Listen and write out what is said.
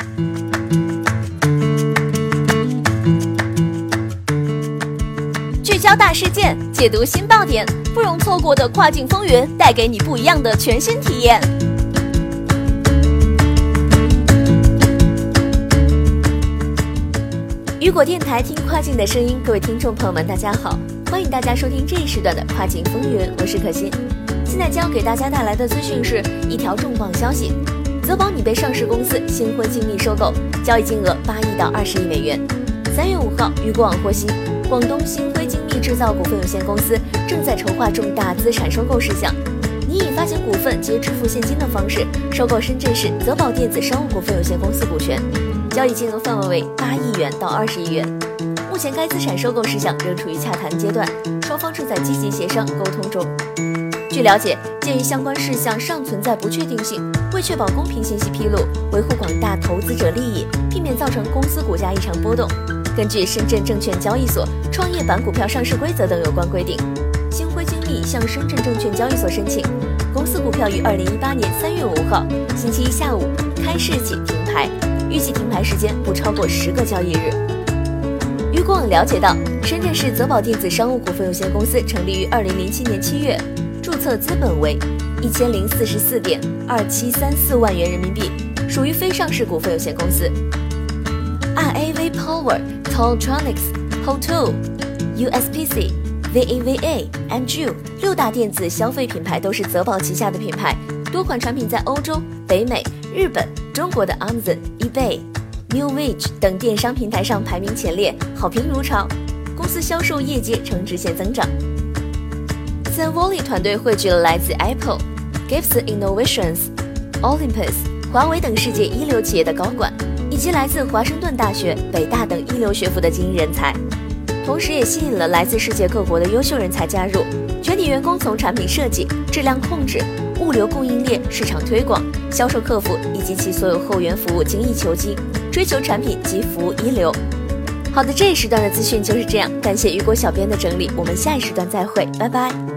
聚焦大事件，解读新爆点，不容错过的跨境风云，带给你不一样的全新体验。雨果电台，听跨境的声音。各位听众朋友们，大家好，欢迎大家收听这一时段的跨境风云，我是可心。现在将给大家带来的资讯是一条重磅消息：泽宝拟被上市公司新辉精密收购，交易金额8亿到20亿美元。3月5号，雨果网获悉，广东新辉精密制造股份有限公司正在筹划重大资产收购事项，拟以发行股份及支付现金的方式收购深圳市泽宝电子商务股份有限公司股权，交易金额范围为8亿元到20亿元。目前该资产收购事项仍处于洽谈阶段，双方正在积极协商沟通中。据了解，鉴于相关事项尚存在不确定性，为确保公平信息披露，维护广大投资者利益，避免造成公司股价异常波动，根据深圳证券交易所创业板股票上市规则等有关规定，新辉精密向深圳证券交易所申请，公司股票于2018年3月5号星期一下午开市起停牌，预计停牌时间不超过10个交易日。雨果网了解到，深圳市泽宝电子商务股份有限公司成立于2007年7月，注册资本为1044.2734万元人民币，属于非上市股份有限公司。RAV Power、Toll Tronics、Hotel、USPC、VAVA、MGU 6大电子消费品牌都是泽宝旗下的品牌，多款产品在欧洲、北美、日本、中国的 Amazon、eBay、New Age 等电商平台上排名前列，好评如潮，公司销售业绩呈直线增长。Zenvolley 团队汇聚了来自 Apple、Gibson Innovations、Olympus、华为等世界一流企业的高管，以及来自华盛顿大学、北大等一流学府的精英人才，同时也吸引了来自世界各国的优秀人才加入。全体员工从产品设计、质量控制、物流供应链、市场推广、销售客服以及其所有后援服务精益求精，追求产品及服务一流。好的，这一时段的资讯就是这样，感谢雨果小编的整理，我们下一时段再会，拜拜。